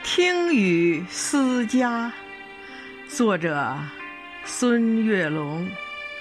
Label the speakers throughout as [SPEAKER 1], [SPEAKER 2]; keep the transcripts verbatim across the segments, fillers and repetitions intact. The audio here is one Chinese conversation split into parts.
[SPEAKER 1] 听雨思家，作者孙月龙。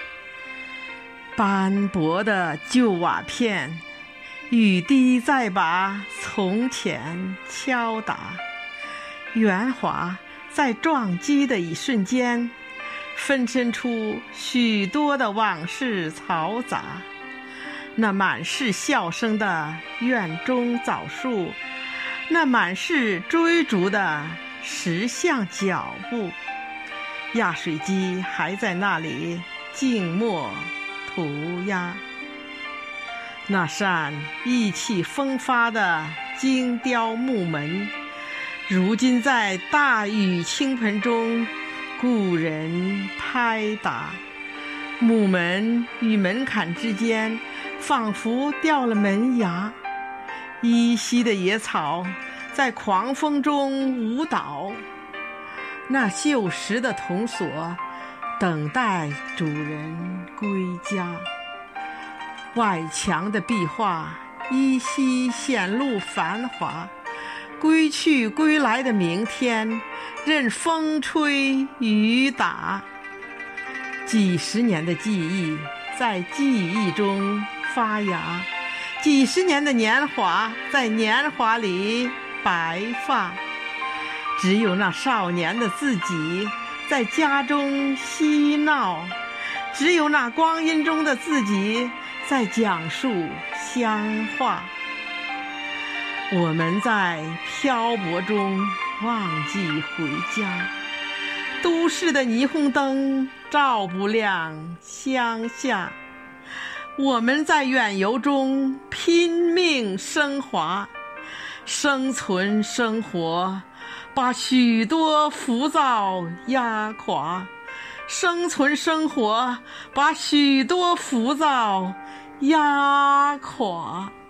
[SPEAKER 1] 斑驳的旧瓦片，雨滴再把从前敲打，圆滑在撞击的一瞬间，分身出许多的往事嘈杂。那满是笑声的院中枣树，那满是追逐的石像脚步，压水机还在那里静默涂鸦。那扇意气风发的精雕木门，如今在大雨倾盆中故人拍打。木门与门槛之间仿佛掉了门牙，依稀的野草在狂风中舞蹈。那锈蚀的铜锁等待主人归家，外墙的壁画依稀显露繁华。归去归来的明天，任风吹雨打。几十年的记忆在记忆中发芽，几十年的年华在年华里白发。只有那少年的自己在家中嬉闹，只有那光阴中的自己在讲述乡话。我们在漂泊中忘记回家，都市的霓虹灯照不亮乡下。我们在远游中拼命升华，生存生活把许多浮躁压垮，生存生活把许多浮躁压垮。